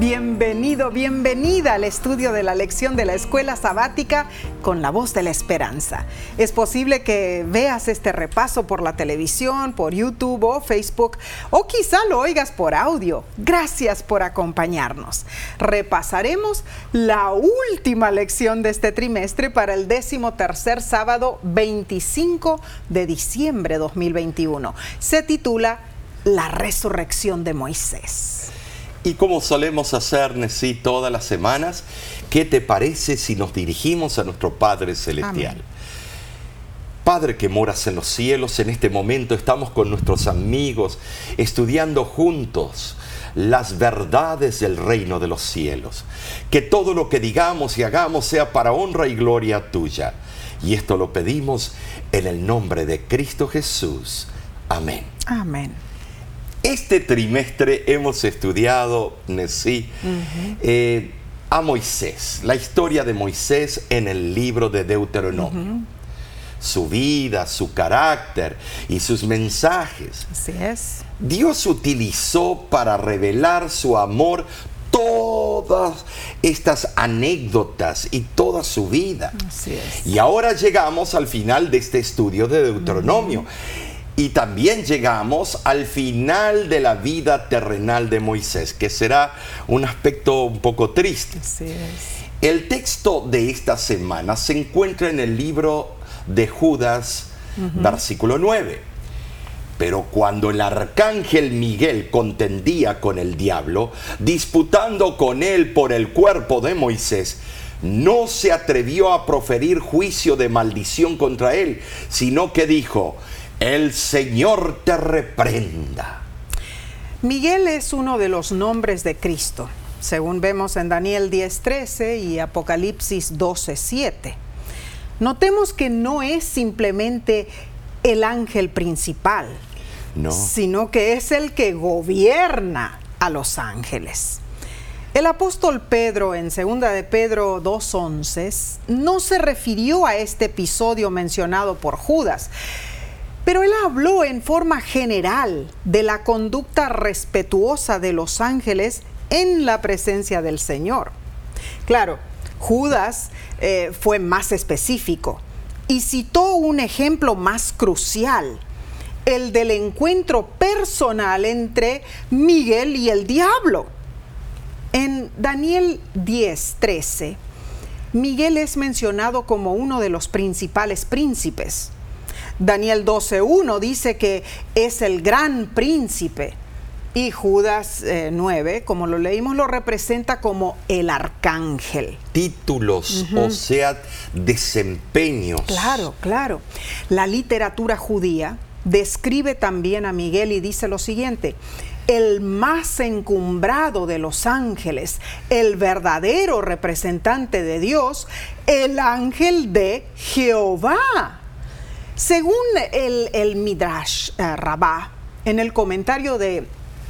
Bienvenido, bienvenida al estudio de la lección de la Escuela Sabática con la Voz de la Esperanza. Es posible que veas este repaso por la televisión, por YouTube o Facebook, o quizá lo oigas por audio. Gracias por acompañarnos. Repasaremos la última lección de este trimestre para el 13º sábado 25 de diciembre 2021. Se titula La resurrección de Moisés. Y como solemos hacer, Nesí, todas las semanas, ¿qué te parece si nos dirigimos a nuestro Padre Celestial? Amén. Padre que moras en los cielos, en este momento estamos con nuestros amigos estudiando juntos las verdades del reino de los cielos. Que todo lo que digamos y hagamos sea para honra y gloria tuya. Y esto lo pedimos en el nombre de Cristo Jesús. Amén. Amén. Este trimestre hemos estudiado, Nesí, a Moisés, la historia de Moisés en el libro de Deuteronomio. Su vida, su carácter y sus mensajes. Así es. Dios utilizó para revelar su amor todas estas anécdotas y toda su vida. Así es. Y ahora llegamos al final de este estudio de Deuteronomio. Y también llegamos al final de la vida terrenal de Moisés, que será un aspecto un poco triste. Así es. El texto de esta semana se encuentra en el libro de Judas, versículo 9. Pero cuando el arcángel Miguel contendía con el diablo, disputando con él por el cuerpo de Moisés, no se atrevió a proferir juicio de maldición contra él, sino que dijo: el Señor te reprenda. Miguel es uno de los nombres de Cristo, según vemos en Daniel 10:13 y Apocalipsis 12:7. Notemos que no es simplemente el ángel principal, no, sino que es el que gobierna a los ángeles. El apóstol Pedro, en 2 de Pedro 2:11, no se refirió a este episodio mencionado por Judas, pero él habló en forma general de la conducta respetuosa de los ángeles en la presencia del Señor. Claro, Judas fue más específico y citó un ejemplo más crucial, el del encuentro personal entre Miguel y el diablo. En Daniel 10:13, Miguel es mencionado como uno de los principales príncipes. Daniel 12:1 dice que es el gran príncipe, y Judas 9, como lo leímos, lo representa como el arcángel. Títulos, o sea, desempeños. Claro, claro. La literatura judía describe también a Miguel y dice lo siguiente: el más encumbrado de los ángeles, el verdadero representante de Dios, el ángel de Jehová. Según el Midrash Rabbah, en el comentario de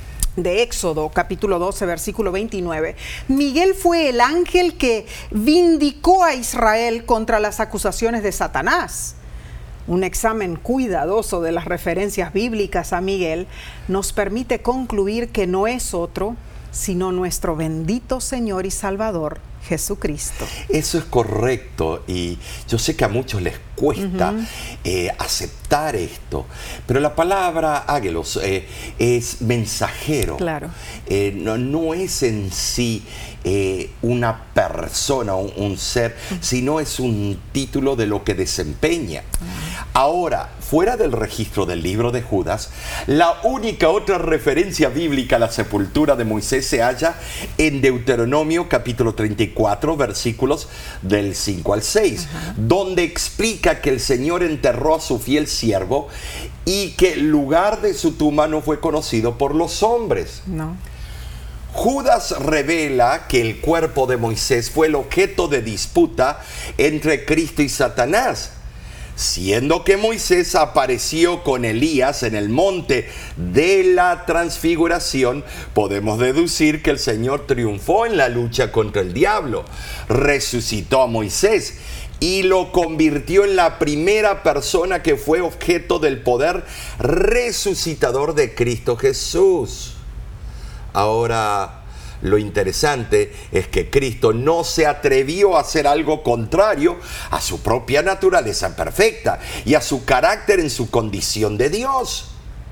Éxodo, capítulo 12, versículo 29, Miguel fue el ángel que vindicó a Israel contra las acusaciones de Satanás. Un examen cuidadoso de las referencias bíblicas a Miguel nos permite concluir que no es otro sino nuestro bendito Señor y Salvador, Jesucristo. Eso es correcto, y yo sé que a muchos les cuesta aceptar esto, pero la palabra ágelos es mensajero. Claro. No es en sí una persona, un ser, sino es un título de lo que desempeña. Ahora, fuera del registro del libro de Judas, la única otra referencia bíblica a la sepultura de Moisés se halla en Deuteronomio capítulo 34, versículos del 5 al 6, donde explica que el Señor enterró a su fiel siervo y que el lugar de su tumba no fue conocido por los hombres. No. Judas revela que el cuerpo de Moisés fue el objeto de disputa entre Cristo y Satanás, siendo que Moisés apareció con Elías en el monte de la transfiguración. Podemos deducir que el Señor triunfó en la lucha contra el diablo, resucitó a Moisés y lo convirtió en la primera persona que fue objeto del poder resucitador de Cristo Jesús. Ahora, lo interesante es que Cristo no se atrevió a hacer algo contrario a su propia naturaleza perfecta y a su carácter en su condición de Dios.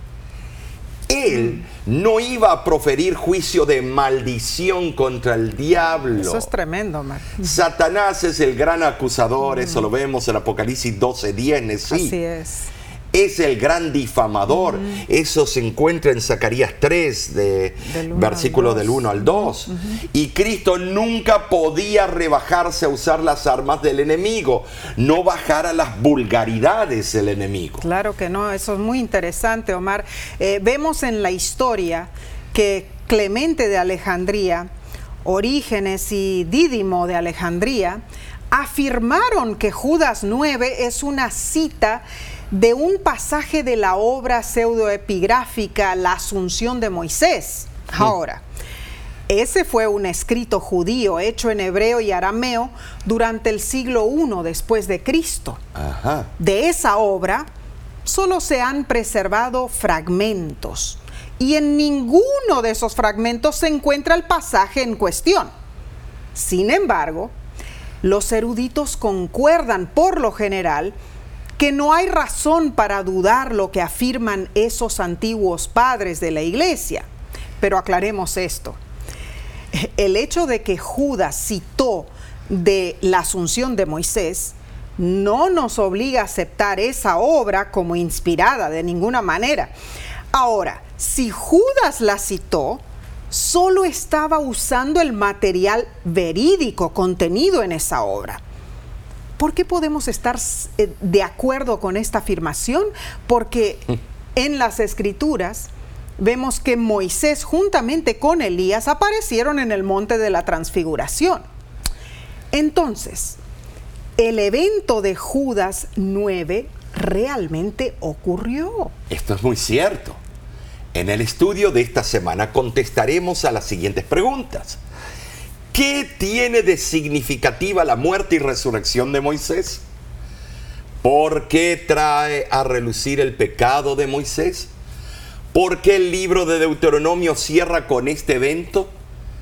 Él no iba a proferir juicio de maldición contra el diablo. Eso es tremendo, Omar. Satanás es el gran acusador, eso lo vemos en Apocalipsis 12:10, sí. Así es. Es el gran difamador. Eso se encuentra en Zacarías 3, versículo del 1 al 2. Y Cristo nunca podía rebajarse a usar las armas del enemigo, no bajar a las vulgaridades del enemigo. Claro que no, eso es muy interesante, Omar. Vemos en la historia que Clemente de Alejandría, Orígenes y Dídimo de Alejandría afirmaron que Judas 9 es una cita de un pasaje de la obra pseudoepigráfica La Asunción de Moisés. Ahora, ese fue un escrito judío hecho en hebreo y arameo durante el siglo I después de Cristo. Ajá. De esa obra solo se han preservado fragmentos y en ninguno de esos fragmentos se encuentra el pasaje en cuestión. Sin embargo, los eruditos concuerdan por lo general que no hay razón para dudar lo que afirman esos antiguos padres de la iglesia. Pero aclaremos esto. El hecho de que Judas citó de la Asunción de Moisés no nos obliga a aceptar esa obra como inspirada de ninguna manera. Ahora, si Judas la citó, solo estaba usando el material verídico contenido en esa obra. ¿Por qué podemos estar de acuerdo con esta afirmación? Porque en las Escrituras vemos que Moisés juntamente con Elías aparecieron en el monte de la Transfiguración. Entonces, el evento de Judas 9 realmente ocurrió. Esto es muy cierto. En el estudio de esta semana contestaremos a las siguientes preguntas. ¿Qué tiene de significativa la muerte y resurrección de Moisés? ¿Por qué trae a relucir el pecado de Moisés? ¿Por qué el libro de Deuteronomio cierra con este evento?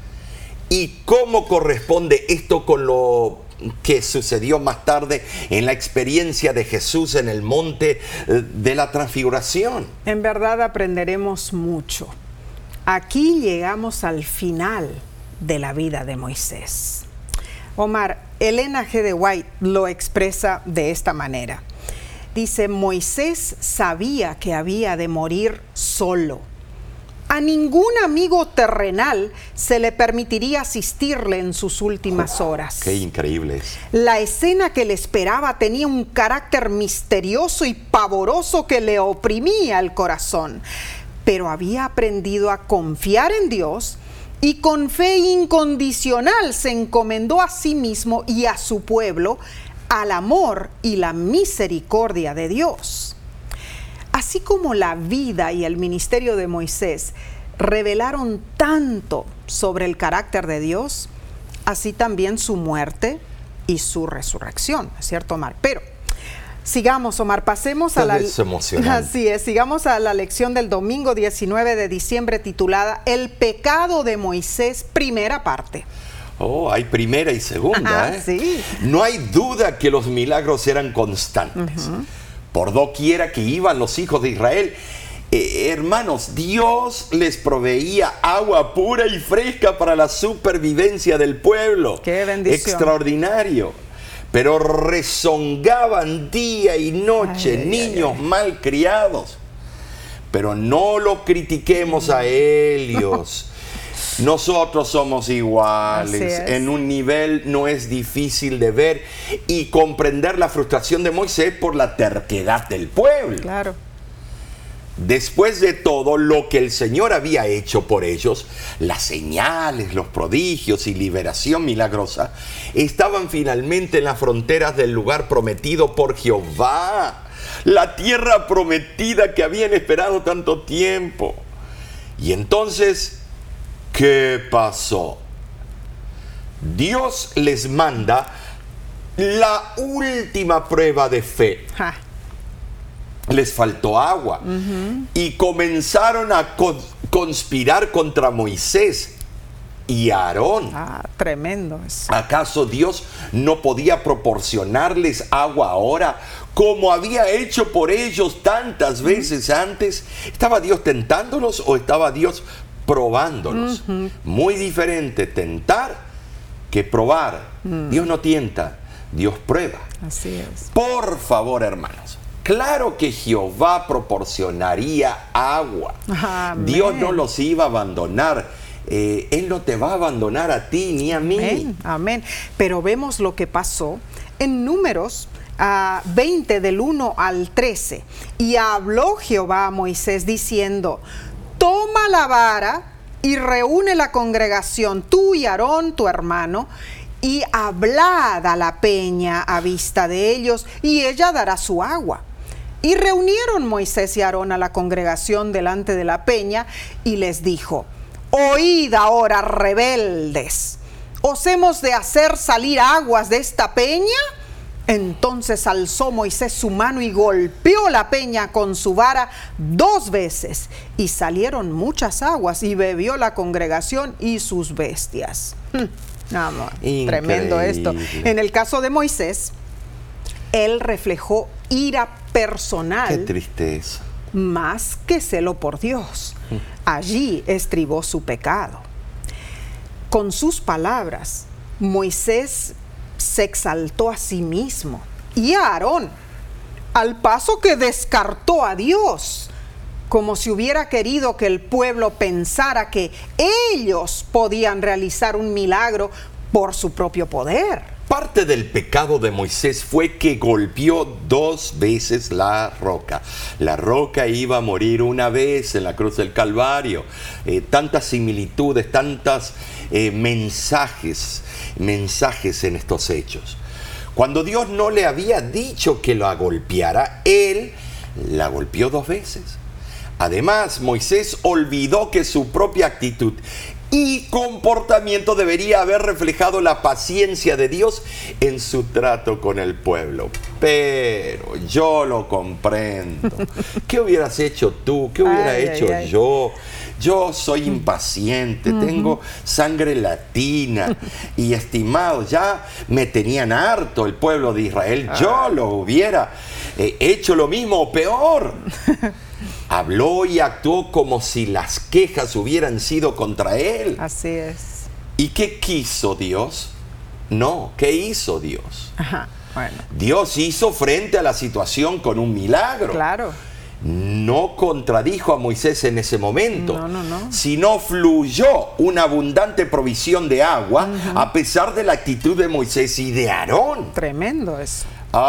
¿Y cómo corresponde esto con lo que sucedió más tarde en la experiencia de Jesús en el monte de la Transfiguración? En verdad aprenderemos mucho. Aquí llegamos al final de la vida de Moisés. Omar, Elena G. de White lo expresa de esta manera. Dice, Moisés sabía que había de morir solo. A ningún amigo terrenal se le permitiría asistirle en sus últimas horas. ¡Qué increíble es! La escena que le esperaba tenía un carácter misterioso y pavoroso que le oprimía el corazón. Pero había aprendido a confiar en Dios y con fe incondicional se encomendó a sí mismo y a su pueblo al amor y la misericordia de Dios. Así como la vida y el ministerio de Moisés revelaron tanto sobre el carácter de Dios, así también su muerte y su resurrección, ¿es cierto, Omar? Pero sigamos, Omar, pasemos a la... Es emocionante. Así es, sigamos a la lección del domingo 19 de diciembre titulada El pecado de Moisés, primera parte. Oh, hay primera y segunda, ¿eh? Sí. No hay duda que los milagros eran constantes. Por doquiera que iban los hijos de Israel, hermanos, Dios les proveía agua pura y fresca para la supervivencia del pueblo. ¡Qué bendición! Extraordinario. Pero rezongaban día y noche, niños malcriados. Pero no lo critiquemos a ellos. Nosotros somos iguales. En un nivel no es difícil de ver y comprender la frustración de Moisés por la terquedad del pueblo. Claro. Después de todo lo que el Señor había hecho por ellos, las señales, los prodigios y liberación milagrosa, estaban finalmente en las fronteras del lugar prometido por Jehová, la tierra prometida que habían esperado tanto tiempo. Y entonces, ¿qué pasó? Dios les manda la última prueba de fe. Les faltó agua y comenzaron a conspirar contra Moisés. y Aarón. Tremendo eso. ¿Acaso Dios no podía proporcionarles agua ahora como había hecho por ellos tantas veces antes? ¿Estaba Dios tentándolos o estaba Dios probándolos? Muy diferente tentar que probar. Dios no tienta, Dios prueba. Así es. Por favor, hermanos, claro que Jehová proporcionaría agua. Amén. Dios no los iba a abandonar. Él no te va a abandonar a ti ni a mí. Amén, amén. Pero vemos lo que pasó en Números 20 del 1 al 13. Y habló Jehová a Moisés diciendo: toma la vara y reúne la congregación, tú y Aarón tu hermano, y hablad a la peña a vista de ellos, y ella dará su agua. Y reunieron Moisés y Aarón a la congregación delante de la peña, y les dijo: oíd ahora, rebeldes, ¿os hemos de hacer salir aguas de esta peña? Entonces alzó Moisés su mano y golpeó la peña con su vara 2 veces, y salieron muchas aguas, y bebió la congregación y sus bestias. Tremendo esto. En el caso de Moisés, él reflejó ira personal. Qué tristeza. Más que celo por Dios. Allí estribó su pecado. Con sus palabras, Moisés se exaltó a sí mismo y a Aarón, al paso que descartó a Dios, como si hubiera querido que el pueblo pensara que ellos podían realizar un milagro por su propio poder. Parte del pecado de Moisés fue que golpeó 2 veces la roca. La roca iba a morir una vez en la cruz del Calvario. Tantas similitudes, tantos mensajes en estos hechos. Cuando Dios no le había dicho que la golpeara, él la golpeó 2 veces. Además, Moisés olvidó que su propia actitud y comportamiento debería haber reflejado la paciencia de Dios en su trato con el pueblo. Pero yo lo comprendo. ¿Qué hubieras hecho tú? ¿Qué hubiera hecho yo? Yo soy impaciente, tengo sangre latina y, estimados, ya me tenían harto el pueblo de Israel. Yo lo hubiera hecho lo mismo o peor. Habló y actuó como si las quejas hubieran sido contra él. Así es. ¿Y qué quiso Dios? No, ¿qué hizo Dios? Bueno. Dios hizo frente a la situación con un milagro. Claro. No contradijo a Moisés en ese momento, no. sino fluyó una abundante provisión de agua a pesar de la actitud de Moisés y de Aarón. Tremendo eso.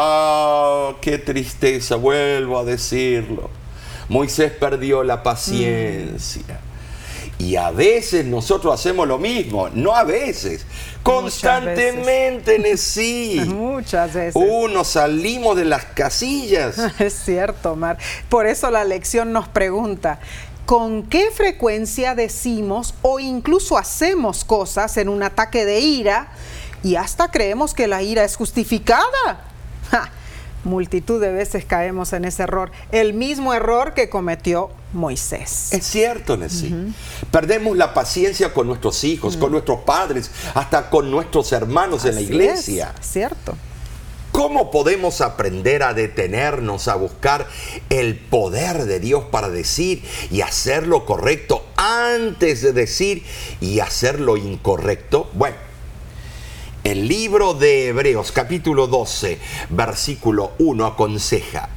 Qué tristeza, vuelvo a decirlo. Moisés perdió la paciencia. Y a veces nosotros hacemos lo mismo, no a veces, constantemente, sí. Muchas veces. Nos salimos de las casillas. Es cierto, Omar. Por eso la lección nos pregunta: ¿con qué frecuencia decimos o incluso hacemos cosas en un ataque de ira y hasta creemos que la ira es justificada? Multitud de veces caemos en ese error, el mismo error que cometió Moisés. Es cierto, Nessie. Perdemos la paciencia con nuestros hijos, con nuestros padres, hasta con nuestros hermanos en la iglesia. Es cierto. ¿Cómo podemos aprender a detenernos, a buscar el poder de Dios para decir y hacer lo correcto antes de decir y hacer lo incorrecto? Bueno, el libro de Hebreos, capítulo 12, versículo 1, aconseja: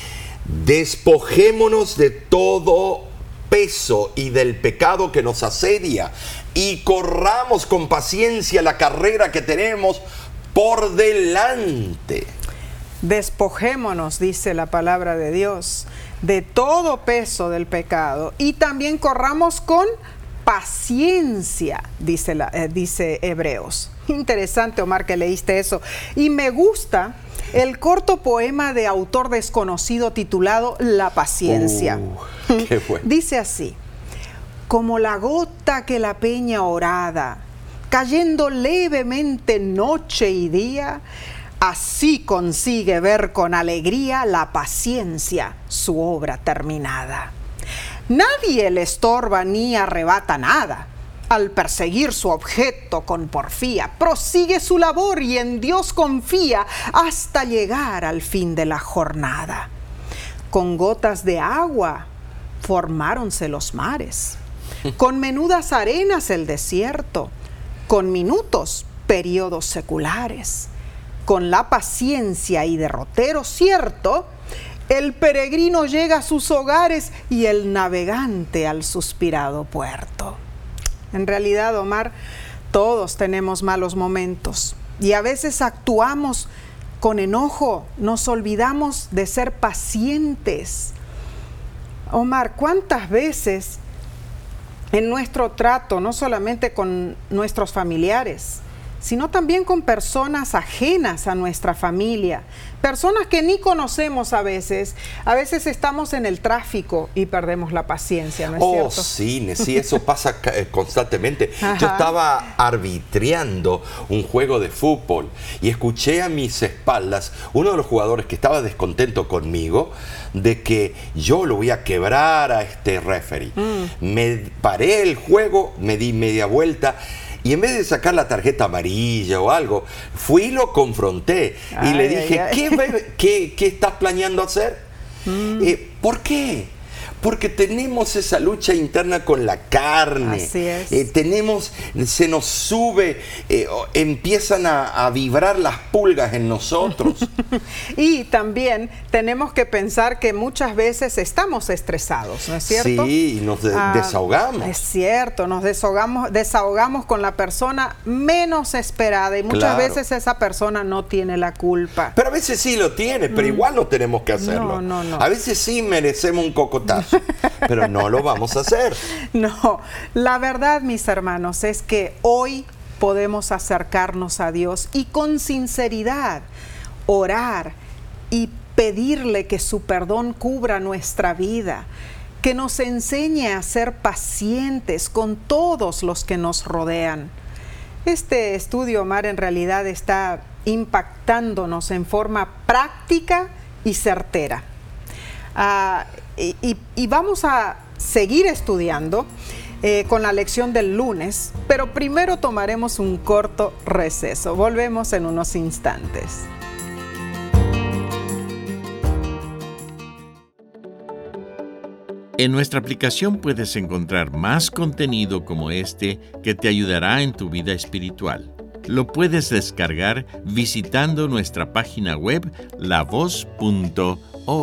despojémonos de todo peso y del pecado que nos asedia y corramos con paciencia la carrera que tenemos por delante. Despojémonos, dice la palabra de Dios, de todo peso del pecado y también corramos con paciencia, dice Hebreos. Interesante, Omar, que leíste eso. Y me gusta el corto poema de autor desconocido titulado La paciencia. Qué bueno. Dice así: como la gota que la peña orada, cayendo levemente noche y día, así consigue ver con alegría la paciencia su obra terminada. Nadie le estorba ni arrebata nada. al perseguir su objeto con porfía, prosigue su labor y en Dios confía hasta llegar al fin de la jornada. Con gotas de agua formáronse los mares, con menudas arenas el desierto, con minutos periodos seculares, con la paciencia y derrotero cierto, el peregrino llega a sus hogares y el navegante al suspirado puerto. En realidad, Omar, todos tenemos malos momentos y a veces actuamos con enojo, nos olvidamos de ser pacientes. Omar, ¿cuántas veces en nuestro trato, no solamente con nuestros familiares, sino también con personas ajenas a nuestra familia, personas que ni conocemos a veces estamos en el tráfico y perdemos la paciencia, ¿no es cierto? Sí, eso pasa constantemente. Ajá. Yo estaba arbitreando un juego de fútbol y escuché a mis espaldas uno de los jugadores que estaba descontento conmigo de que yo lo voy a quebrar a este referee. Me paré el juego, me di media vuelta y en vez de sacar la tarjeta amarilla o algo, fui y lo confronté y le dije, ¿qué estás planeando hacer? ¿Por qué? Porque tenemos esa lucha interna con la carne. Así es. Se nos sube, empiezan a vibrar las pulgas en nosotros. Y también tenemos que pensar que muchas veces estamos estresados, ¿no es cierto? Sí, nos desahogamos. Es cierto, nos desahogamos con la persona menos esperada y muchas veces esa persona no tiene la culpa. Pero a veces sí lo tiene, pero igual no tenemos que hacerlo. No. A veces sí merecemos un cocotazo, pero no lo vamos a hacer. No, la verdad, mis hermanos, es que hoy podemos acercarnos a Dios y con sinceridad orar y pedirle que su perdón cubra nuestra vida, que nos enseñe a ser pacientes con todos los que nos rodean. Este estudio, Omar, en realidad está impactándonos en forma práctica y certera. Y vamos a seguir estudiando con la lección del lunes, pero primero tomaremos un corto receso. Volvemos en unos instantes. En nuestra aplicación puedes encontrar más contenido como este que te ayudará en tu vida espiritual. Lo puedes descargar visitando nuestra página web lavoz.org.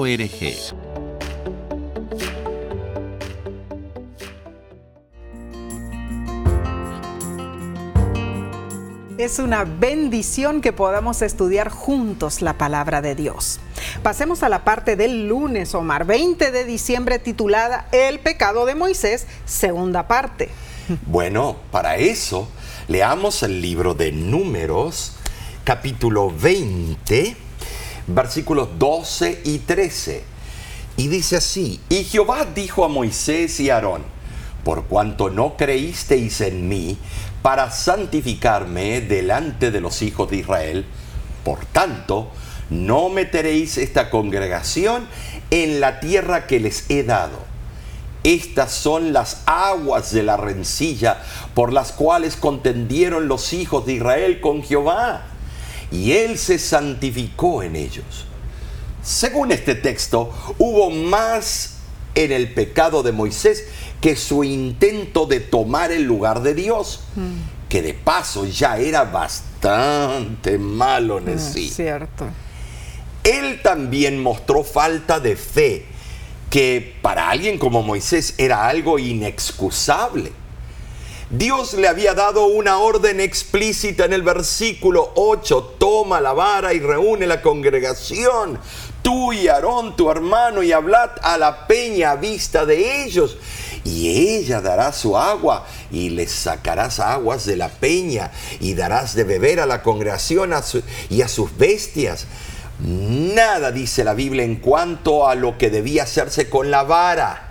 Es una bendición que podamos estudiar juntos la palabra de Dios. Pasemos a la parte del lunes, Omar, 20 de diciembre, titulada El pecado de Moisés, segunda parte. Bueno, para eso, leamos el libro de Números, capítulo 20, versículos 12 y 13. Y dice así: Y Jehová dijo a Moisés y a Aarón: por cuanto no creísteis en mí para santificarme delante de los hijos de Israel, por tanto, no meteréis esta congregación en la tierra que les he dado. Estas son las aguas de la rencilla por las cuales contendieron los hijos de Israel con Jehová, y él se santificó en ellos. Según este texto, hubo más en el pecado de Moisés que su intento de tomar el lugar de Dios, que de paso ya era bastante malo en sí. Cierto. Él también mostró falta de fe, que para alguien como Moisés era algo inexcusable. Dios le había dado una orden explícita en el versículo 8: toma la vara y reúne la congregación, tú y Aarón tu hermano, y hablad a la peña a vista de ellos, y ella dará su agua, y les sacarás aguas de la peña, y darás de beber a la congregación y a sus bestias. Nada dice la Biblia en cuanto a lo que debía hacerse con la vara.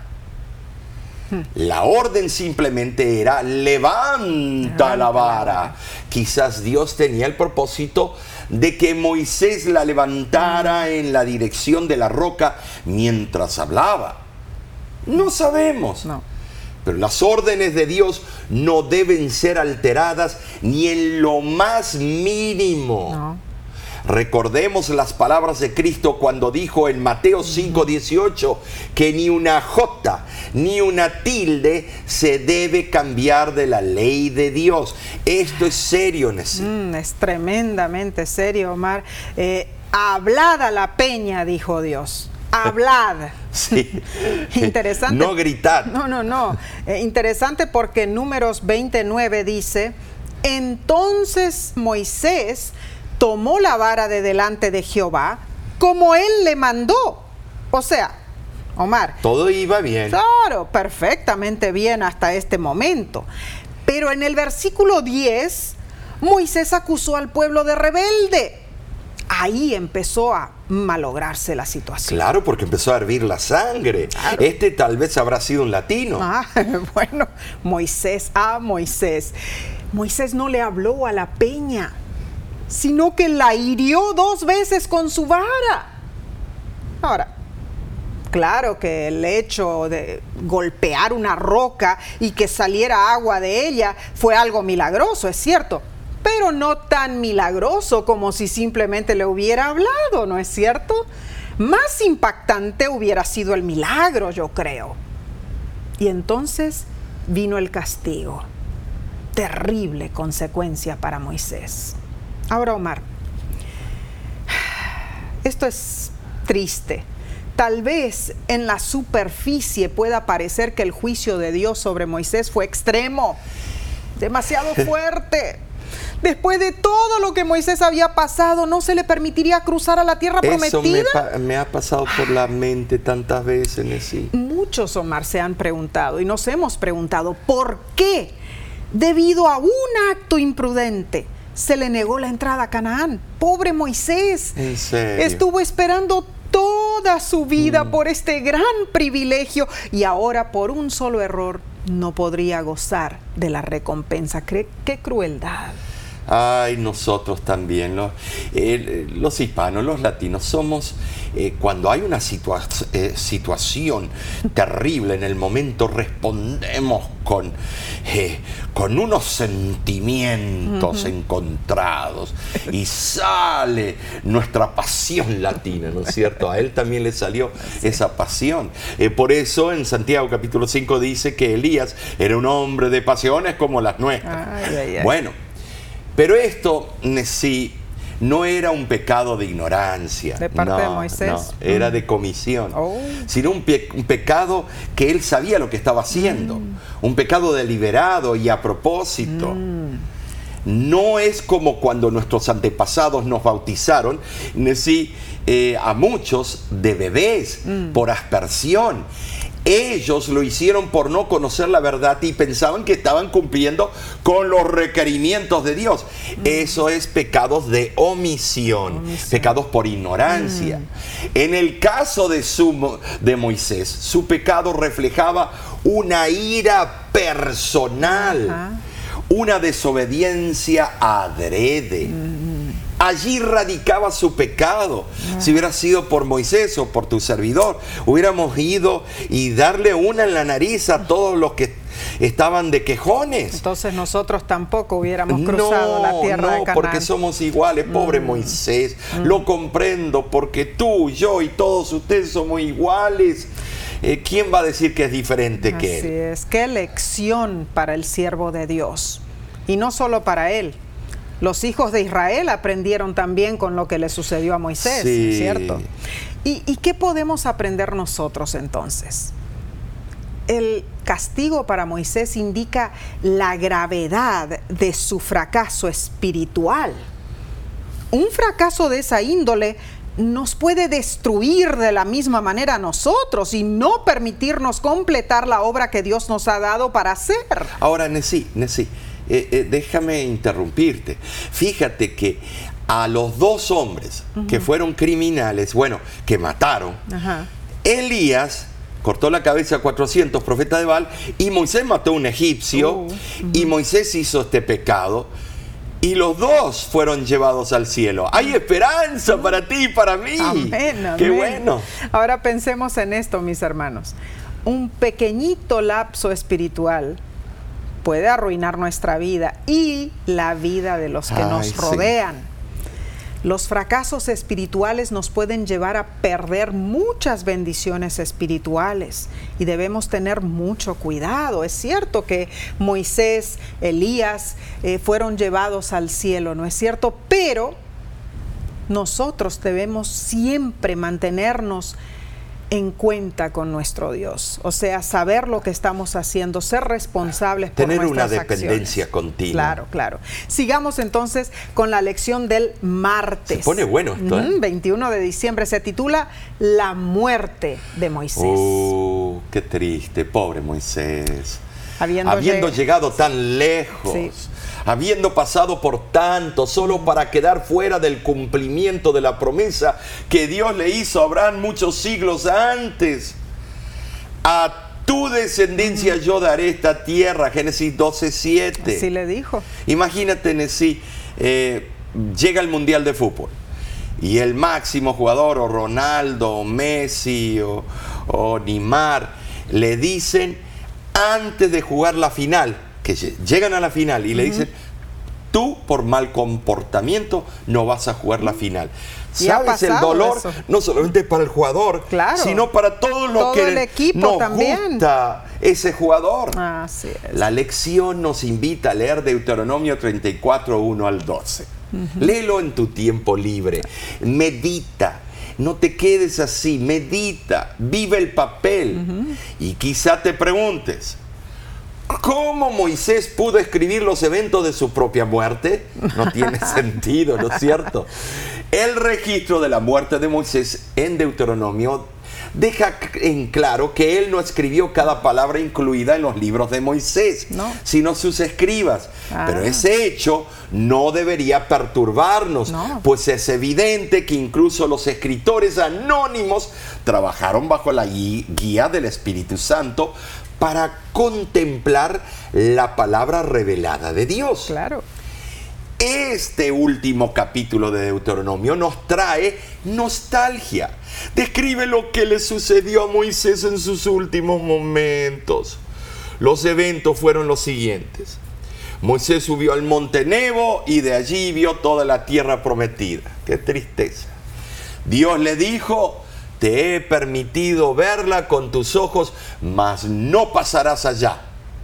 La orden simplemente era: levanta la vara. Quizás Dios tenía el propósito de que Moisés la levantara en la dirección de la roca mientras hablaba. No sabemos. No. Pero las órdenes de Dios no deben ser alteradas ni en lo más mínimo. No. Recordemos las palabras de Cristo cuando dijo en Mateo 5:18 que ni una jota ni una tilde se debe cambiar de la ley de Dios. Esto es serio, Nesí. Es tremendamente serio, Omar. Hablad a la peña, dijo Dios. Hablad. Sí. Interesante. No gritad. No. Interesante porque en Números 29 dice: entonces Moisés tomó la vara de delante de Jehová como él le mandó. O sea, Omar, todo iba bien. Claro, perfectamente bien hasta este momento. Pero en el versículo 10, Moisés acusó al pueblo de rebelde. Ahí empezó a malograrse la situación. Claro, porque empezó a hervir la sangre. Claro. Este tal vez habrá sido un latino. Bueno, Moisés no le habló a la peña, sino que la hirió 2 veces con su vara. Ahora, claro que el hecho de golpear una roca y que saliera agua de ella fue algo milagroso, es cierto, pero no tan milagroso como si simplemente le hubiera hablado, ¿no es cierto? Más impactante hubiera sido el milagro, yo creo. Y entonces vino el castigo. Terrible consecuencia para Moisés. Ahora, Omar, esto es triste. Tal vez en la superficie pueda parecer que el juicio de Dios sobre Moisés fue extremo, demasiado fuerte. Después de todo lo que Moisés había pasado, ¿no se le permitiría cruzar a la tierra prometida? Eso me ha pasado por la mente tantas veces, Nesí. Muchos, Omar, se han preguntado y nos hemos preguntado ¿por qué? Debido a un acto imprudente se le negó la entrada a Canaán. Pobre Moisés. ¿En serio? Estuvo esperando toda su vida por este gran privilegio y ahora por un solo error no podría gozar de la recompensa. ¡Qué crueldad! Ay, nosotros también, los hispanos, los latinos, somos, cuando hay una situación terrible en el momento, respondemos con unos sentimientos encontrados y sale nuestra pasión latina, ¿no es cierto? A él también le salió esa pasión. Por eso en Santiago capítulo 5 dice que Elías era un hombre de pasiones como las nuestras. Ay. Bueno, pero esto, Nesí, no era un pecado de ignorancia. ¿De parte de Moisés? No, era de comisión. Sino un pecado que él sabía lo que estaba haciendo. Un pecado deliberado y a propósito. No es como cuando nuestros antepasados nos bautizaron, Nesí, a muchos de bebés, por aspersión. Ellos lo hicieron por no conocer la verdad y pensaban que estaban cumpliendo con los requerimientos de Dios. Eso es pecados de omisión, pecados por ignorancia. En el caso de Moisés, su pecado reflejaba una ira personal, una desobediencia adrede. Allí radicaba su pecado. Si hubiera sido por Moisés o por tu servidor, hubiéramos ido y darle una en la nariz a todos los que estaban de quejones. Entonces nosotros tampoco hubiéramos cruzado la tierra de Canaán. Porque somos iguales, pobre Moisés. Lo comprendo, porque tú, yo y todos ustedes somos iguales. ¿Quién va a decir que es diferente que él? Así es. Qué lección para el siervo de Dios. Y no solo para él. Los hijos de Israel aprendieron también con lo que le sucedió a Moisés, sí. ¿Cierto? ¿Y qué podemos aprender nosotros entonces? El castigo para Moisés indica la gravedad de su fracaso espiritual. Un fracaso de esa índole nos puede destruir de la misma manera a nosotros y no permitirnos completar la obra que Dios nos ha dado para hacer. Ahora, Nesí, déjame interrumpirte. Fíjate que a los 2 hombres que fueron criminales, que mataron, Elías cortó la cabeza a 400 profetas de Baal y Moisés mató a un egipcio y Moisés hizo este pecado. Y los 2 fueron llevados al cielo. ¡Hay esperanza para ti y para mí! Amén, amén. ¡Qué bueno! Ahora pensemos en esto, mis hermanos. un pequeñito lapso espiritual puede arruinar nuestra vida y la vida de los que nos rodean. Sí. Los fracasos espirituales nos pueden llevar a perder muchas bendiciones espirituales y debemos tener mucho cuidado. Es cierto que Moisés, Elías fueron llevados al cielo, ¿no es cierto? Pero nosotros debemos siempre mantenernos en cuenta con nuestro Dios, o sea, saber lo que estamos haciendo, ser responsables por nuestras acciones. Tener una dependencia continua. Claro, claro. Sigamos entonces con la lección del martes. Se pone bueno esto, ¿eh? 21 de diciembre, se titula La muerte de Moisés. Qué triste, pobre Moisés. Habiendo llegado tan lejos. Sí. Habiendo pasado por tanto, solo para quedar fuera del cumplimiento de la promesa que Dios le hizo a Abraham muchos siglos antes. A tu descendencia yo daré esta tierra, Génesis 12:7. Así le dijo. Imagínate, Nesí, llega el Mundial de Fútbol y el máximo jugador, o Ronaldo, o Messi, o Neymar, le dicen antes de jugar la final, que llegan a la final y le dicen, tú por mal comportamiento no vas a jugar la final. ¿Sabes el dolor? Eso. No solamente para el jugador, claro, sino para todo que el equipo nos también gusta ese jugador. Así es. La lección nos invita a leer Deuteronomio 34, 1 al 12. Léelo en tu tiempo libre. Medita. No te quedes así. Medita. Vive el papel. Y quizá te preguntes, ¿cómo Moisés pudo escribir los eventos de su propia muerte? No tiene sentido, ¿no es cierto? El registro de la muerte de Moisés en Deuteronomio deja en claro que él no escribió cada palabra incluida en los libros de Moisés, sino sus escribas. Pero ese hecho no debería perturbarnos, pues es evidente que incluso los escritores anónimos trabajaron bajo la guía del Espíritu Santo para contemplar la palabra revelada de Dios. Claro. Este último capítulo de Deuteronomio nos trae nostalgia. Describe lo que le sucedió a Moisés en sus últimos momentos. Los eventos fueron los siguientes. Moisés subió al monte Nebo y de allí vio toda la tierra prometida. ¡Qué tristeza! Dios le dijo: te he permitido verla con tus ojos, mas no pasarás allá.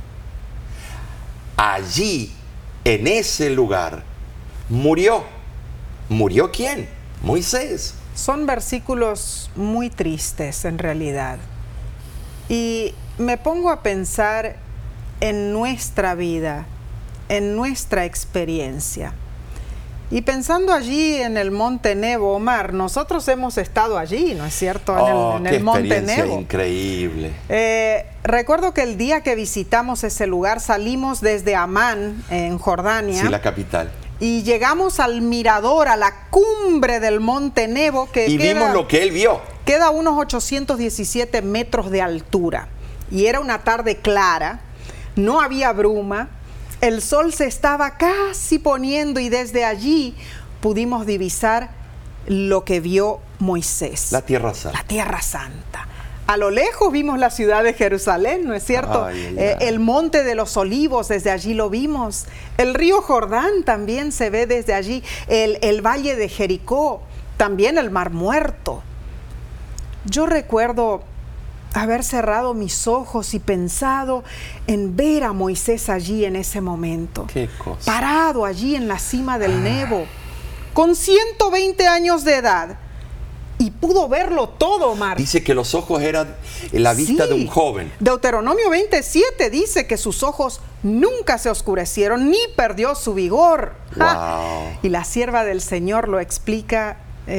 Allí, en ese lugar, murió. ¿Murió quién? Moisés. Son versículos muy tristes en realidad. Y me pongo a pensar en nuestra vida, en nuestra experiencia. Y pensando allí en el monte Nebo, Omar, nosotros hemos estado allí, ¿no es cierto? En el monte Nebo. Increíble. Recuerdo que el día que visitamos ese lugar salimos desde Amán, en Jordania. Sí, la capital. Y llegamos al mirador, a la cumbre del monte Nebo. Y vimos lo que él vio. Queda a unos 817 metros de altura. Y era una tarde clara, no había bruma. El sol se estaba casi poniendo y desde allí pudimos divisar lo que vio Moisés. La Tierra Santa. La Tierra Santa. A lo lejos vimos la ciudad de Jerusalén, ¿no es cierto? El Monte de los Olivos, desde allí lo vimos. El río Jordán también se ve desde allí. El Valle de Jericó, también el Mar Muerto. Yo recuerdo haber cerrado mis ojos y pensado en ver a Moisés allí en ese momento. ¿Qué cosa? Parado allí en la cima del Nebo, con 120 años de edad. Y pudo verlo todo, Omar. Dice que los ojos eran la vista de un joven. Deuteronomio 27 dice que sus ojos nunca se oscurecieron ni perdió su vigor. Wow. Y la sierva del Señor lo explica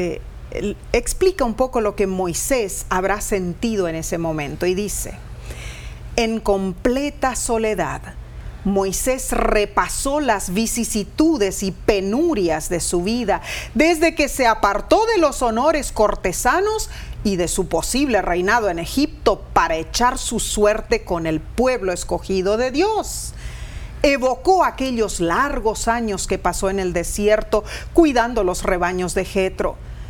un poco lo que Moisés habrá sentido en ese momento y dice: en completa soledad, Moisés repasó las vicisitudes y penurias de su vida desde que se apartó de los honores cortesanos y de su posible reinado en Egipto para echar su suerte con el pueblo escogido de Dios. Evocó aquellos largos años que pasó en el desierto cuidando los rebaños de Jetro.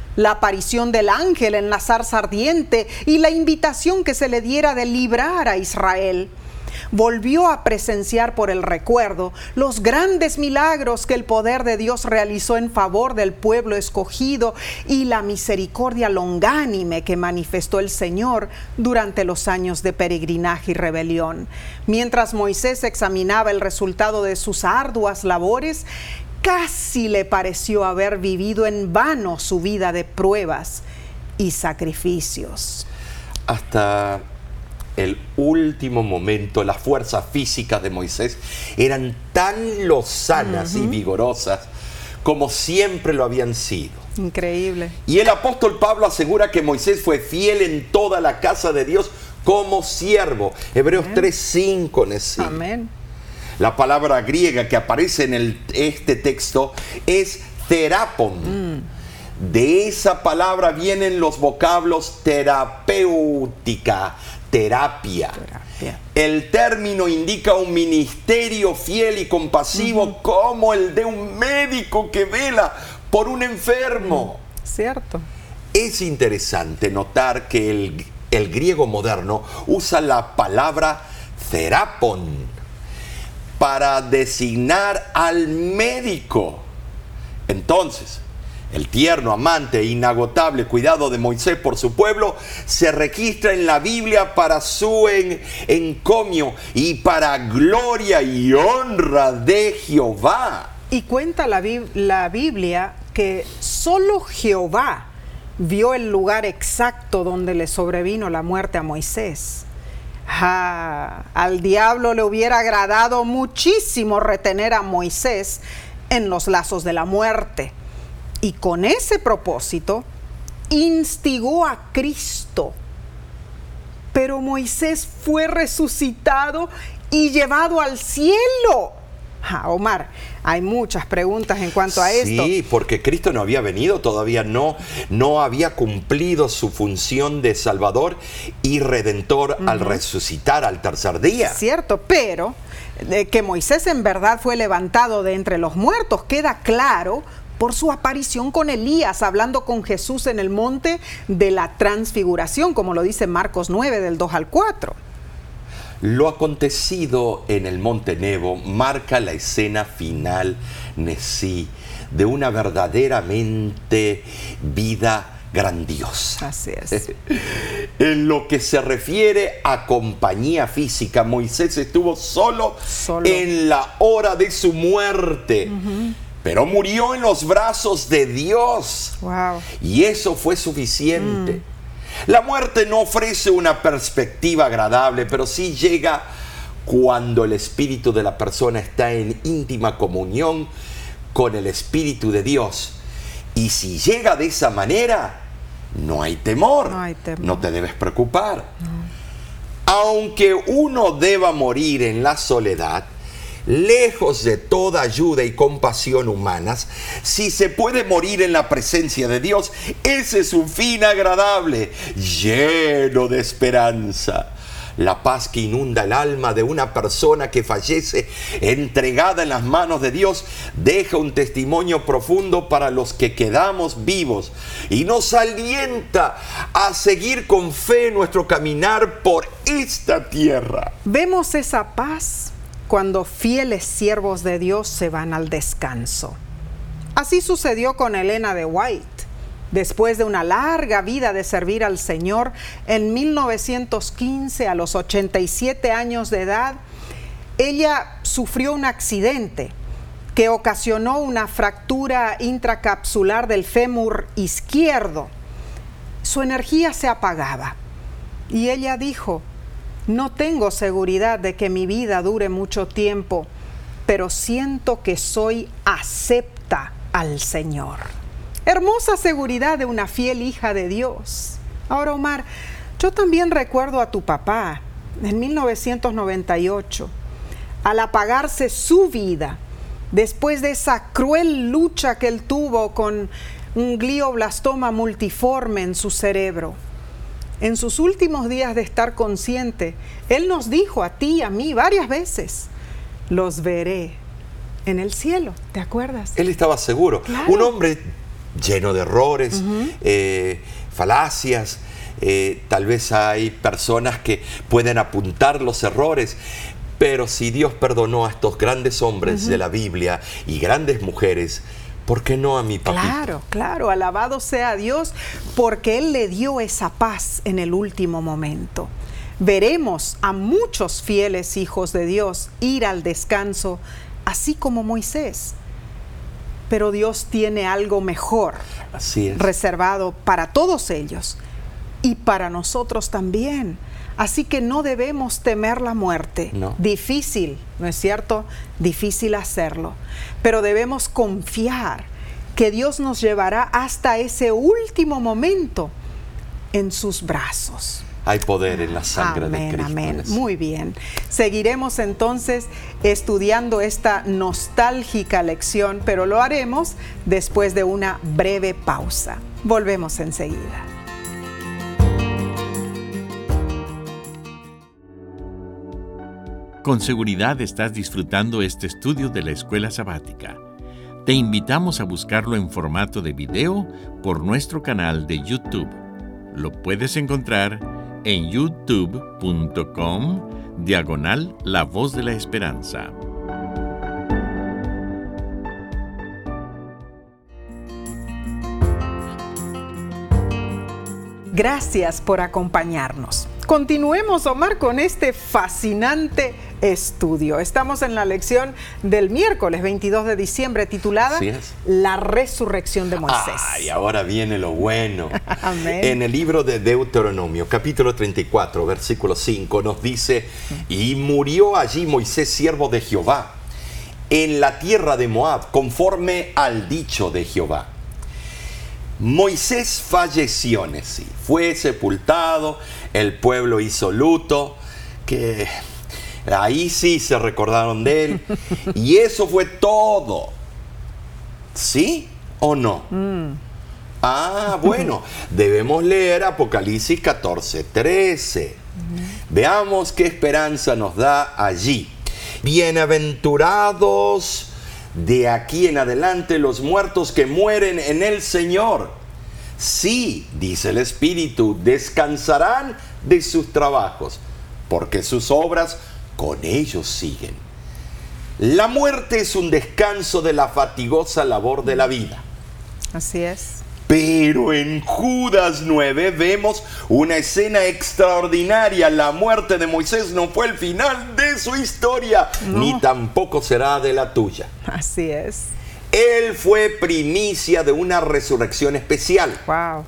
la aparición del ángel en la zarza ardiente y la invitación que se le diera de librar a Israel. Volvió a presenciar por el recuerdo los grandes milagros que el poder de Dios realizó en favor del pueblo escogido y la misericordia longánime que manifestó el Señor durante los años de peregrinaje y rebelión. Mientras Moisés examinaba el resultado de sus arduas labores, casi le pareció haber vivido en vano su vida de pruebas y sacrificios. Hasta el último momento, las fuerzas físicas de Moisés eran tan lozanas y vigorosas como siempre lo habían sido. Increíble. Y el apóstol Pablo asegura que Moisés fue fiel en toda la casa de Dios como siervo. Hebreos 3:5 Nesí. Amén. La palabra griega que aparece en este texto es therapon. De esa palabra vienen los vocablos terapéutica, terapia. El término indica un ministerio fiel y compasivo como el de un médico que vela por un enfermo. Cierto. Es interesante notar que el griego moderno usa la palabra therapon para designar al médico. Entonces, el tierno, amante e inagotable cuidado de Moisés por su pueblo se registra en la Biblia para su encomio y para gloria y honra de Jehová. Y cuenta la Biblia que solo Jehová vio el lugar exacto donde le sobrevino la muerte a Moisés. Al diablo le hubiera agradado muchísimo retener a Moisés en los lazos de la muerte. Y con ese propósito, instigó a Cristo. Pero Moisés fue resucitado y llevado al cielo. Omar, hay muchas preguntas en cuanto a esto. Sí, porque Cristo no había venido, todavía no había cumplido su función de Salvador y Redentor al resucitar al tercer día. Cierto, pero que Moisés en verdad fue levantado de entre los muertos queda claro por su aparición con Elías, hablando con Jesús en el monte de la transfiguración, como lo dice Marcos 9, del 2 al 4. Lo acontecido en el monte Nebo marca la escena final, Nesí, de una verdaderamente vida grandiosa. Así es. En lo que se refiere a compañía física, Moisés estuvo solo en la hora de su muerte. Pero murió en los brazos de Dios. Wow. Y eso fue suficiente. La muerte no ofrece una perspectiva agradable, pero sí llega cuando el espíritu de la persona está en íntima comunión con el Espíritu de Dios. Y si llega de esa manera, no hay temor. No te debes preocupar. Aunque uno deba morir en la soledad, lejos de toda ayuda y compasión humanas, si se puede morir en la presencia de Dios, ese es un fin agradable, lleno de esperanza. La paz que inunda el alma de una persona que fallece entregada en las manos de Dios deja un testimonio profundo para los que quedamos vivos y nos alienta a seguir con fe nuestro caminar por esta tierra. Vemos esa paz cuando fieles siervos de Dios se van al descanso. Así sucedió con Elena de White. Después de una larga vida de servir al Señor, en 1915, a los 87 años de edad, ella sufrió un accidente que ocasionó una fractura intracapsular del fémur izquierdo. Su energía se apagaba y ella dijo: no tengo seguridad de que mi vida dure mucho tiempo, pero siento que soy acepta al Señor. Hermosa seguridad de una fiel hija de Dios. Ahora, Omar, yo también recuerdo a tu papá en 1998, al apagarse su vida, después de esa cruel lucha que él tuvo con un glioblastoma multiforme en su cerebro. En sus últimos días de estar consciente, él nos dijo a ti y a mí varias veces: los veré en el cielo. ¿Te acuerdas? Él estaba seguro. Claro. Un hombre lleno de errores, falacias. Tal vez hay personas que pueden apuntar los errores, pero si Dios perdonó a estos grandes hombres de la Biblia y grandes mujeres, ¿por qué no a mi papito? Claro, claro, alabado sea Dios, porque Él le dio esa paz en el último momento. Veremos a muchos fieles hijos de Dios ir al descanso, así como Moisés. Pero Dios tiene algo mejor reservado para todos ellos y para nosotros también. Así que no debemos temer la muerte. No. Difícil, ¿no es cierto? Difícil hacerlo. Pero debemos confiar que Dios nos llevará hasta ese último momento en sus brazos. Hay poder en la sangre de Cristo. Amén. Muy bien. Seguiremos entonces estudiando esta nostálgica lección, pero lo haremos después de una breve pausa. Volvemos enseguida. Con seguridad estás disfrutando este estudio de la Escuela Sabática. Te invitamos a buscarlo en formato de video por nuestro canal de YouTube. Lo puedes encontrar en youtube.com/La Voz de la Esperanza. Gracias por acompañarnos. Continuemos, Omar, con este fascinante estudio. Estamos en la lección del miércoles 22 de diciembre titulada La resurrección de Moisés. Y ahora viene lo bueno. Amén. En el libro de Deuteronomio, capítulo 34, versículo 5, nos dice: y murió allí Moisés, siervo de Jehová, en la tierra de Moab, conforme al dicho de Jehová. Moisés falleció, fue sepultado, el pueblo hizo luto, que ahí sí se recordaron de él, y eso fue todo. ¿Sí o no? Bueno, debemos leer Apocalipsis 14:13. Veamos qué esperanza nos da allí. Bienaventurados de aquí en adelante los muertos que mueren en el Señor. Sí, dice el Espíritu, descansarán de sus trabajos, porque sus obras con ellos siguen. La muerte es un descanso de la fatigosa labor de la vida. Así es. Pero en Judas 9 vemos una escena extraordinaria. La muerte de Moisés no fue el final de su historia, ni tampoco será de la tuya. Así es. Él fue primicia de una resurrección especial. Wow.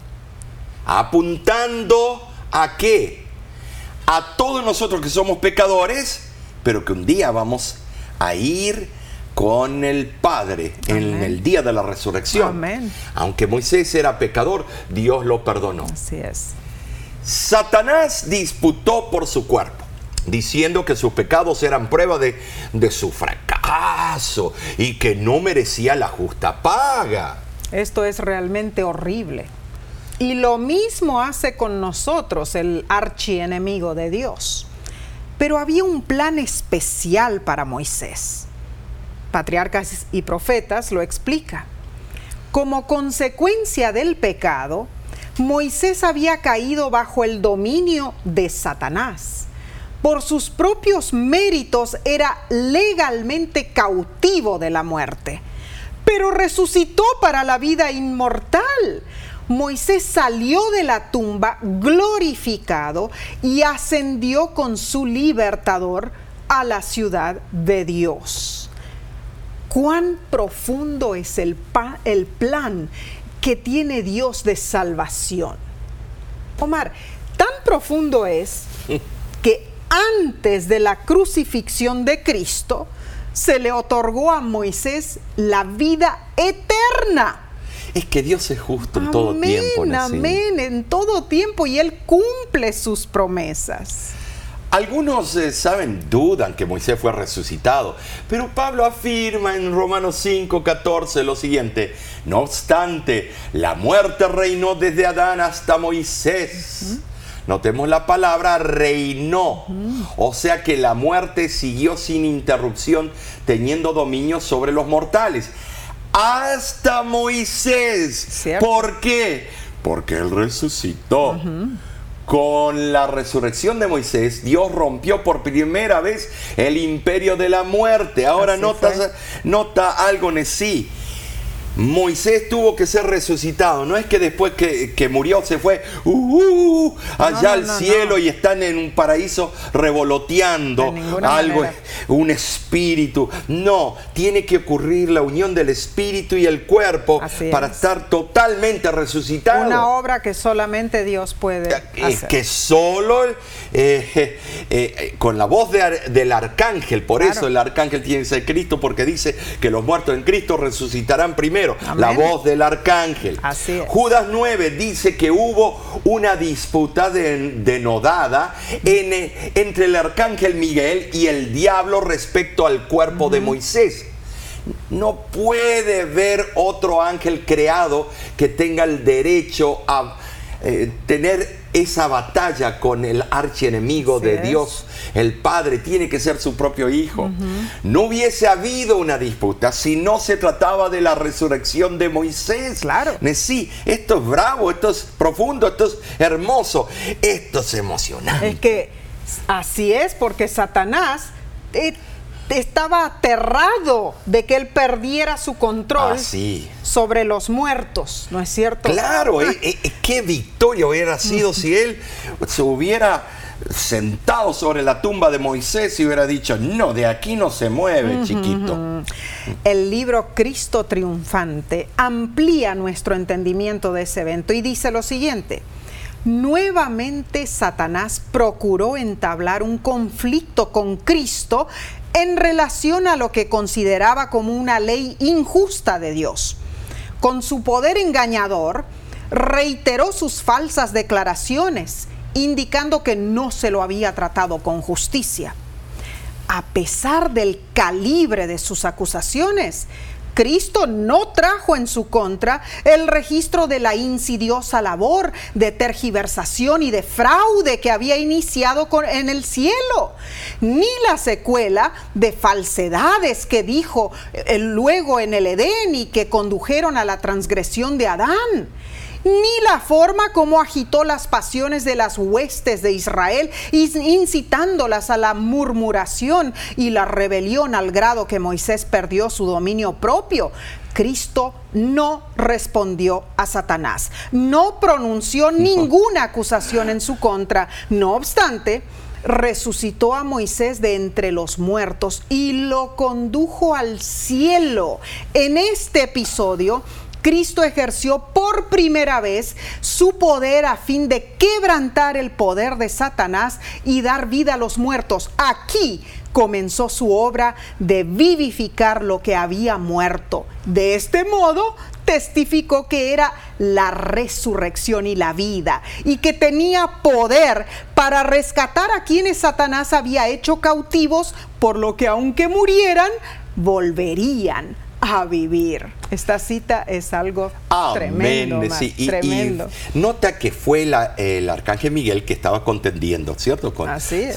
Apuntando ¿a qué? A todos nosotros que somos pecadores, pero que un día vamos a ir con el Padre en el día de la resurrección. Amén. Aunque Moisés era pecador, Dios lo perdonó. Así es. Satanás disputó por su cuerpo, diciendo que sus pecados eran prueba de su fracaso y que no merecía la justa paga. Esto es realmente horrible. Y lo mismo hace con nosotros el archienemigo de Dios. Pero había un plan especial para Moisés. Patriarcas y Profetas lo explica. Como consecuencia del pecado, Moisés había caído bajo el dominio de Satanás. Por sus propios méritos era legalmente cautivo de la muerte, pero resucitó para la vida inmortal. Moisés salió de la tumba glorificado y ascendió con su libertador a la ciudad de Dios. ¿Cuán profundo es el plan que tiene Dios de salvación? Omar, tan profundo es que antes de la crucifixión de Cristo se le otorgó a Moisés la vida eterna. Es que Dios es justo en todo tiempo. Amén, en todo tiempo, y Él cumple sus promesas. Algunos, dudan que Moisés fue resucitado, pero Pablo afirma en Romanos 5:14 lo siguiente: no obstante, la muerte reinó desde Adán hasta Moisés. Notemos la palabra reinó, o sea que la muerte siguió sin interrupción teniendo dominio sobre los mortales, hasta Moisés. Cierto. ¿Por qué? Porque Él resucitó. Con la resurrección de Moisés, Dios rompió por primera vez el imperio de la muerte. Ahora nota algo en sí. Moisés tuvo que ser resucitado. No es que después que murió se fue allá al cielo y están en un paraíso revoloteando algo, un espíritu. No, tiene que ocurrir la unión del espíritu y el cuerpo para estar totalmente resucitado. Una obra que solamente Dios puede hacer. Que solo con la voz del arcángel. Por eso el arcángel tiene que ser Cristo, porque dice que los muertos en Cristo resucitarán primero. Amén. La voz del arcángel. Así es. Judas 9 dice que hubo una disputa denodada entre el arcángel Miguel y el diablo respecto al cuerpo de Moisés. No puede haber otro ángel creado que tenga el derecho a tener esa batalla con el archienemigo de Dios, el Padre. Tiene que ser su propio Hijo. No hubiese habido una disputa si no se trataba de la resurrección de Moisés. Claro. Sí, esto es bravo, esto es profundo, esto es hermoso, esto es emocionante. Es que así es, porque Satanás estaba aterrado de que él perdiera su control sobre los muertos, ¿no es cierto? Claro, qué victoria hubiera sido si él se hubiera sentado sobre la tumba de Moisés y hubiera dicho: no, de aquí no se mueve, chiquito. El libro Cristo Triunfante amplía nuestro entendimiento de ese evento y dice lo siguiente: nuevamente Satanás procuró entablar un conflicto con Cristo en relación a lo que consideraba como una ley injusta de Dios. Con su poder engañador, reiteró sus falsas declaraciones, indicando que no se lo había tratado con justicia. A pesar del calibre de sus acusaciones, Cristo no trajo en su contra el registro de la insidiosa labor de tergiversación y de fraude que había iniciado en el cielo, ni la secuela de falsedades que dijo luego en el Edén y que condujeron a la transgresión de Adán, ni la forma como agitó las pasiones de las huestes de Israel, incitándolas a la murmuración y la rebelión al grado que Moisés perdió su dominio propio. Cristo no respondió a Satanás, no pronunció ninguna acusación en su contra. No obstante, resucitó a Moisés de entre los muertos y lo condujo al cielo. En este episodio, Cristo ejerció por primera vez su poder a fin de quebrantar el poder de Satanás y dar vida a los muertos. Aquí comenzó su obra de vivificar lo que había muerto. De este modo, testificó que era la resurrección y la vida, y que tenía poder para rescatar a quienes Satanás había hecho cautivos, por lo que aunque murieran, volverían a vivir. Esta cita es algo tremendo, tremendo. Y nota que fue el arcángel Miguel que estaba contendiendo, ¿cierto? Con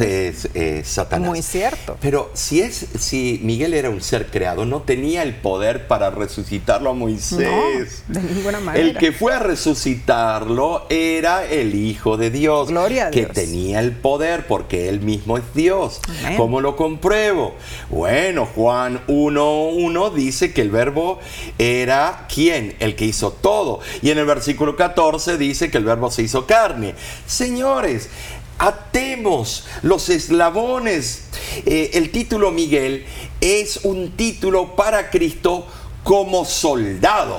Satanás. Muy cierto. Pero si Miguel era un ser creado, no tenía el poder para resucitarlo a Moisés. No, de ninguna manera. El que fue a resucitarlo era el Hijo de Dios. Gloria a Dios. Que tenía el poder porque Él mismo es Dios. Amén. ¿Cómo lo compruebo? Bueno, Juan 1:1 dice que el verbo era ¿quién? El que hizo todo. Y en el versículo 14 dice que el verbo se hizo carne. Señores, atemos los eslabones. El título Miguel es un título para Cristo como soldado,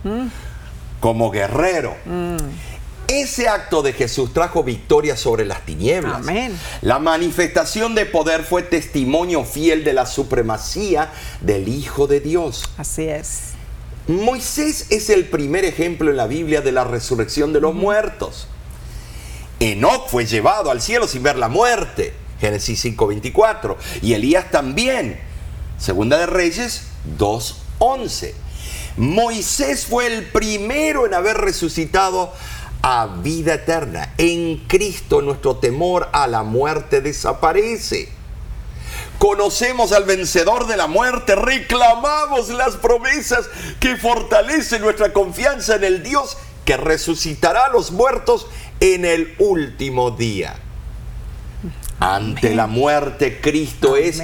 como guerrero. Ese acto de Jesús trajo victoria sobre las tinieblas. Amén. La manifestación de poder fue testimonio fiel de la supremacía del Hijo de Dios. Así es. Moisés es el primer ejemplo en la Biblia de la resurrección de los muertos. Enoc fue llevado al cielo sin ver la muerte, Génesis 5:24, y Elías también, Segunda de Reyes 2:11. Moisés fue el primero en haber resucitado a vida eterna. En Cristo nuestro temor a la muerte desaparece. Conocemos al vencedor de la muerte, reclamamos las promesas que fortalecen nuestra confianza en el Dios que resucitará a los muertos en el último día. Ante la muerte, Cristo es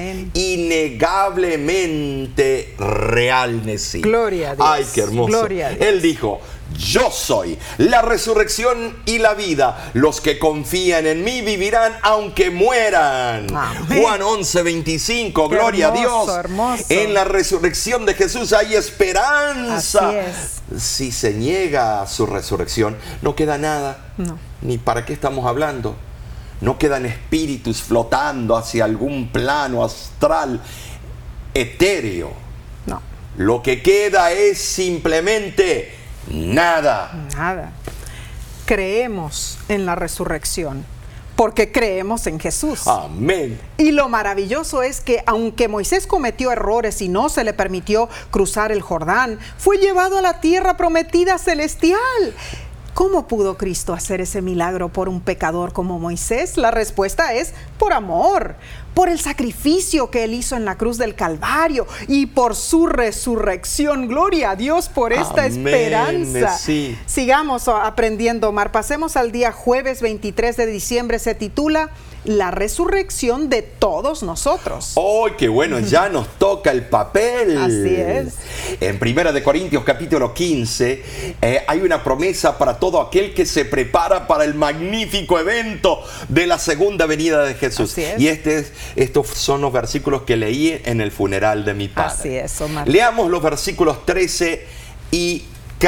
innegablemente real, Nesí. Gloria a Dios. Ay, qué hermoso. Gloria a Dios. Él dijo: yo soy la resurrección y la vida. Los que confían en mí vivirán aunque mueran. Amén. Juan 11:25. Gloria a Dios. Hermoso. En la resurrección de Jesús hay esperanza. Así es. Si se niega a su resurrección, no queda nada. No. Ni para qué estamos hablando. No quedan espíritus flotando hacia algún plano astral etéreo. No. Lo que queda es simplemente nada. Nada. Creemos en la resurrección porque creemos en Jesús. Amén. Y lo maravilloso es que aunque Moisés cometió errores y no se le permitió cruzar el Jordán, fue llevado a la tierra prometida celestial. ¿Cómo pudo Cristo hacer ese milagro por un pecador como Moisés? La respuesta es por amor, por el sacrificio que Él hizo en la cruz del Calvario y por su resurrección. Gloria a Dios por esta esperanza. Sí. Sigamos aprendiendo, Omar. Pasemos al día jueves 23 de diciembre. Se titula La resurrección de todos nosotros. ¡Oh, qué bueno! Ya nos toca el papel. Así es. En 1 Corintios capítulo 15 hay una promesa para todo aquel que se prepara para el magnífico evento de la segunda venida de Jesús. Así es. Y estos son los versículos que leí en el funeral de mi padre. Así es, Omar. Leamos los versículos 13 y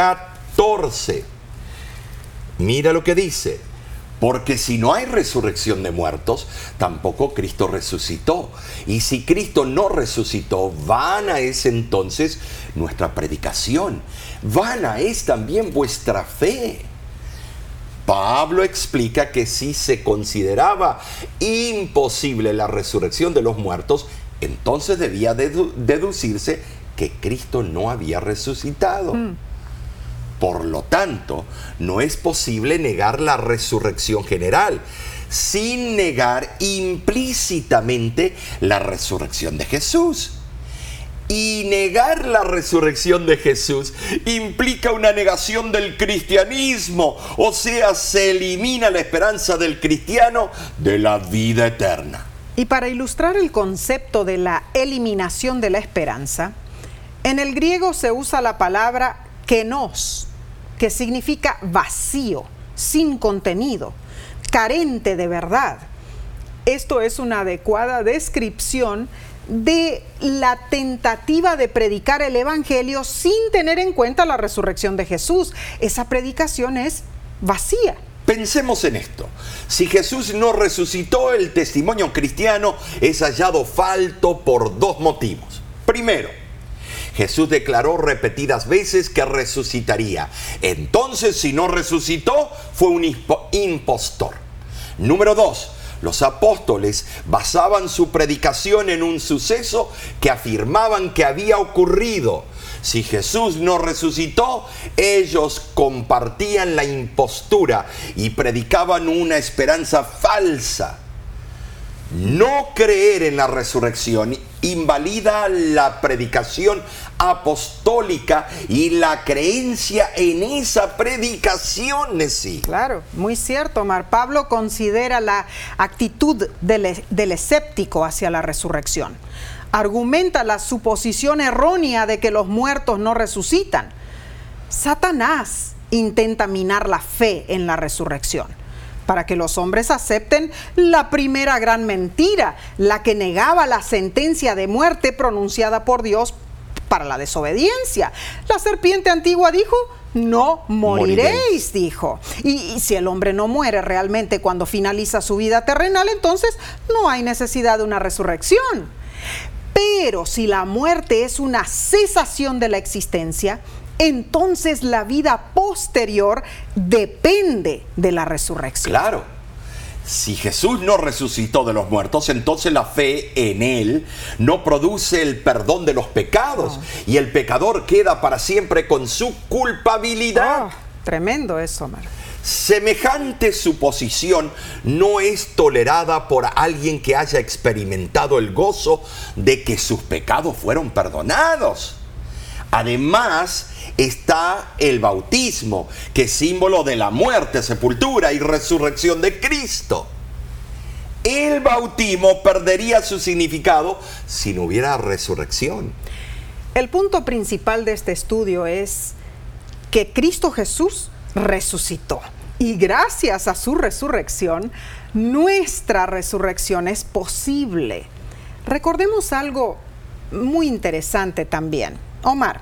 14. Mira lo que dice. Porque si no hay resurrección de muertos, tampoco Cristo resucitó. Y si Cristo no resucitó, vana es entonces nuestra predicación. Vana es también vuestra fe. Pablo explica que si se consideraba imposible la resurrección de los muertos, entonces debía deducirse que Cristo no había resucitado. Por lo tanto, no es posible negar la resurrección general, sin negar implícitamente la resurrección de Jesús. Y negar la resurrección de Jesús implica una negación del cristianismo, o sea, se elimina la esperanza del cristiano de la vida eterna. Y para ilustrar el concepto de la eliminación de la esperanza, en el griego se usa la palabra kenos, que significa vacío, sin contenido, carente de verdad. Esto es una adecuada descripción de la tentativa de predicar el evangelio sin tener en cuenta la resurrección de Jesús. Esa predicación es vacía. Pensemos en esto. Si Jesús no resucitó, el testimonio cristiano es hallado falto por dos motivos. Primero, Jesús declaró repetidas veces que resucitaría. Entonces, si no resucitó, fue un impostor. Número 2. Los apóstoles basaban su predicación en un suceso que afirmaban que había ocurrido. Si Jesús no resucitó, ellos compartían la impostura y predicaban una esperanza falsa. No creer en la resurrección invalida la predicación apostólica y la creencia en esa predicación, sí. Claro, muy cierto, Omar. Pablo considera la actitud del escéptico hacia la resurrección. Argumenta la suposición errónea de que los muertos no resucitan. Satanás intenta minar la fe en la resurrección, para que los hombres acepten la primera gran mentira, la que negaba la sentencia de muerte pronunciada por Dios para la desobediencia. La serpiente antigua dijo: no moriréis, dijo. Y si el hombre no muere realmente cuando finaliza su vida terrenal, entonces no hay necesidad de una resurrección. Pero si la muerte es una cesación de la existencia, entonces la vida posterior depende de la resurrección. Claro. Si Jesús no resucitó de los muertos, entonces la fe en Él no produce el perdón de los pecados. Y el pecador queda para siempre con su culpabilidad. Tremendo eso, Omar. Semejante suposición no es tolerada por alguien que haya experimentado el gozo de que sus pecados fueron perdonados. Además, está el bautismo, que es símbolo de la muerte, sepultura y resurrección de Cristo. El bautismo perdería su significado si no hubiera resurrección. El punto principal de este estudio es que Cristo Jesús resucitó. Y gracias a su resurrección, nuestra resurrección es posible. Recordemos algo muy interesante también. Omar,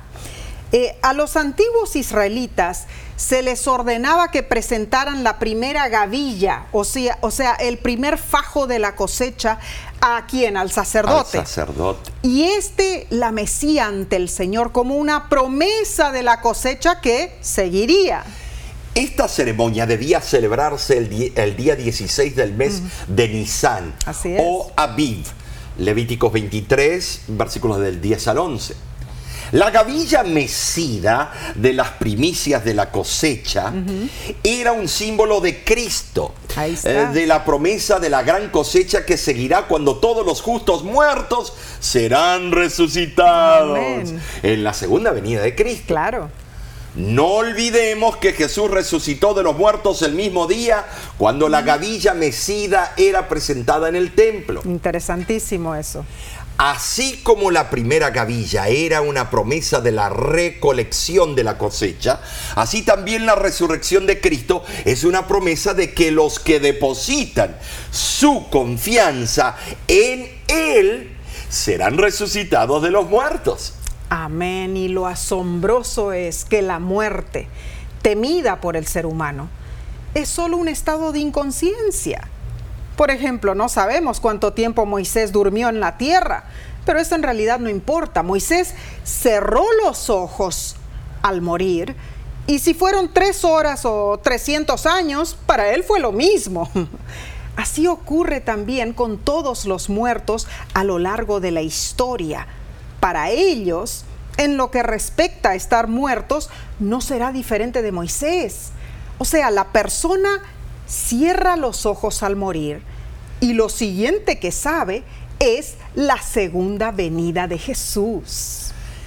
a los antiguos israelitas se les ordenaba que presentaran la primera gavilla, o sea, el primer fajo de la cosecha, ¿a quién? Al sacerdote. Al sacerdote. Y la mecía ante el Señor como una promesa de la cosecha que seguiría. Esta ceremonia debía celebrarse el día 16 del mes de Nisan, o Aviv, Levíticos 23, versículos del 10 al 11. La gavilla mecida de las primicias de la cosecha era un símbolo de Cristo, de la promesa de la gran cosecha que seguirá cuando todos los justos muertos serán resucitados. Amén. En la segunda venida de Cristo. Claro. No olvidemos que Jesús resucitó de los muertos el mismo día cuando la gavilla mecida era presentada en el templo. Interesantísimo eso. Así como la primera gavilla era una promesa de la recolección de la cosecha, así también la resurrección de Cristo es una promesa de que los que depositan su confianza en Él serán resucitados de los muertos. Amén. Y lo asombroso es que la muerte, temida por el ser humano, es solo un estado de inconsciencia. Por ejemplo, no sabemos cuánto tiempo Moisés durmió en la tierra, pero eso en realidad no importa. Moisés cerró los ojos al morir, y si fueron 3 horas o 300 años, para él fue lo mismo. Así ocurre también con todos los muertos a lo largo de la historia. Para ellos, en lo que respecta a estar muertos, no será diferente de Moisés. O sea, la persona cierra los ojos al morir y lo siguiente que sabe es la segunda venida de Jesús.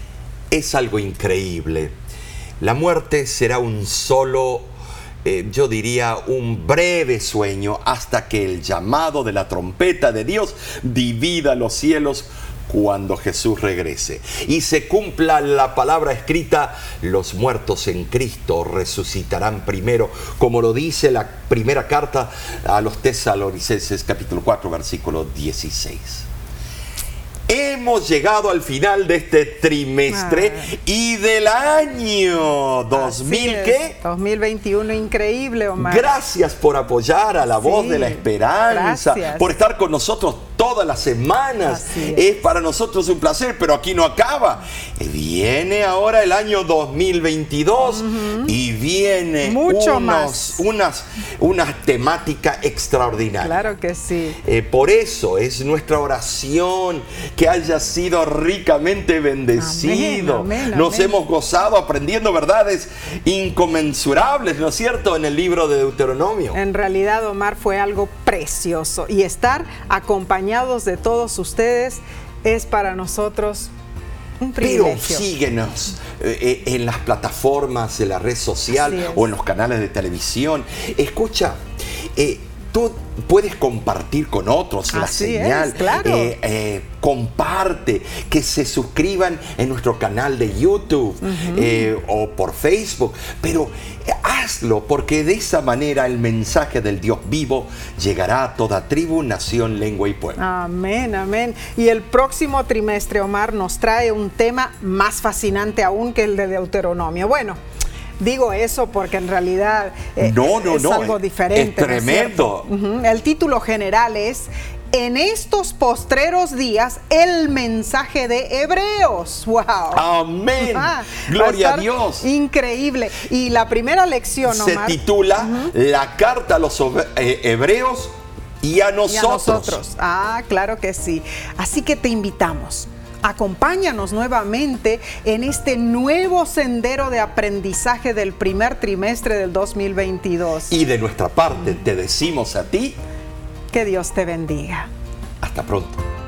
Es algo increíble. La muerte será un solo, yo diría, un breve sueño hasta que el llamado de la trompeta de Dios divida los cielos cuando Jesús regrese y se cumpla la palabra escrita: los muertos en Cristo resucitarán primero, como lo dice la primera carta a los Tesalonicenses, capítulo 4, versículo 16. Hemos llegado al final de este trimestre y del año 2021, increíble, Omar. Gracias por apoyar a la voz de la esperanza, gracias por estar con nosotros todas las semanas. Es para nosotros un placer, pero aquí no acaba. Viene ahora el año 2022 y viene una temática extraordinaria. Claro que sí. Por eso es nuestra oración que haya sido ricamente bendecido. Amén, amén, Nos amén. hemos gozado aprendiendo verdades inconmensurables, ¿no es cierto?, en el libro de Deuteronomio. En realidad, Omar, fue algo precioso, y estar acompañados de todos ustedes es para nosotros un privilegio. Pero síguenos en las plataformas, en la red social o en los canales de televisión. Escucha, tú puedes compartir con otros la señal. Es, claro. Comparte, que se suscriban en nuestro canal de YouTube o por Facebook, pero hazlo, porque de esa manera el mensaje del Dios vivo llegará a toda tribu, nación, lengua y pueblo. Amén, amén. Y el próximo trimestre, Omar, nos trae un tema más fascinante aún que el de Deuteronomio. Bueno, digo eso porque en realidad es algo diferente. Es tremendo. El título general es: en estos postreros días, el mensaje de Hebreos. ¡Wow! ¡Amén! ¡Gloria a Dios! Increíble. Y la primera lección, Omar, se titula La carta a los Hebreos y a nosotros. Claro que sí. Así que te invitamos Acompáñanos nuevamente en este nuevo sendero de aprendizaje del primer trimestre del 2022. Y de nuestra parte te decimos a ti, que Dios te bendiga. hasta pronto.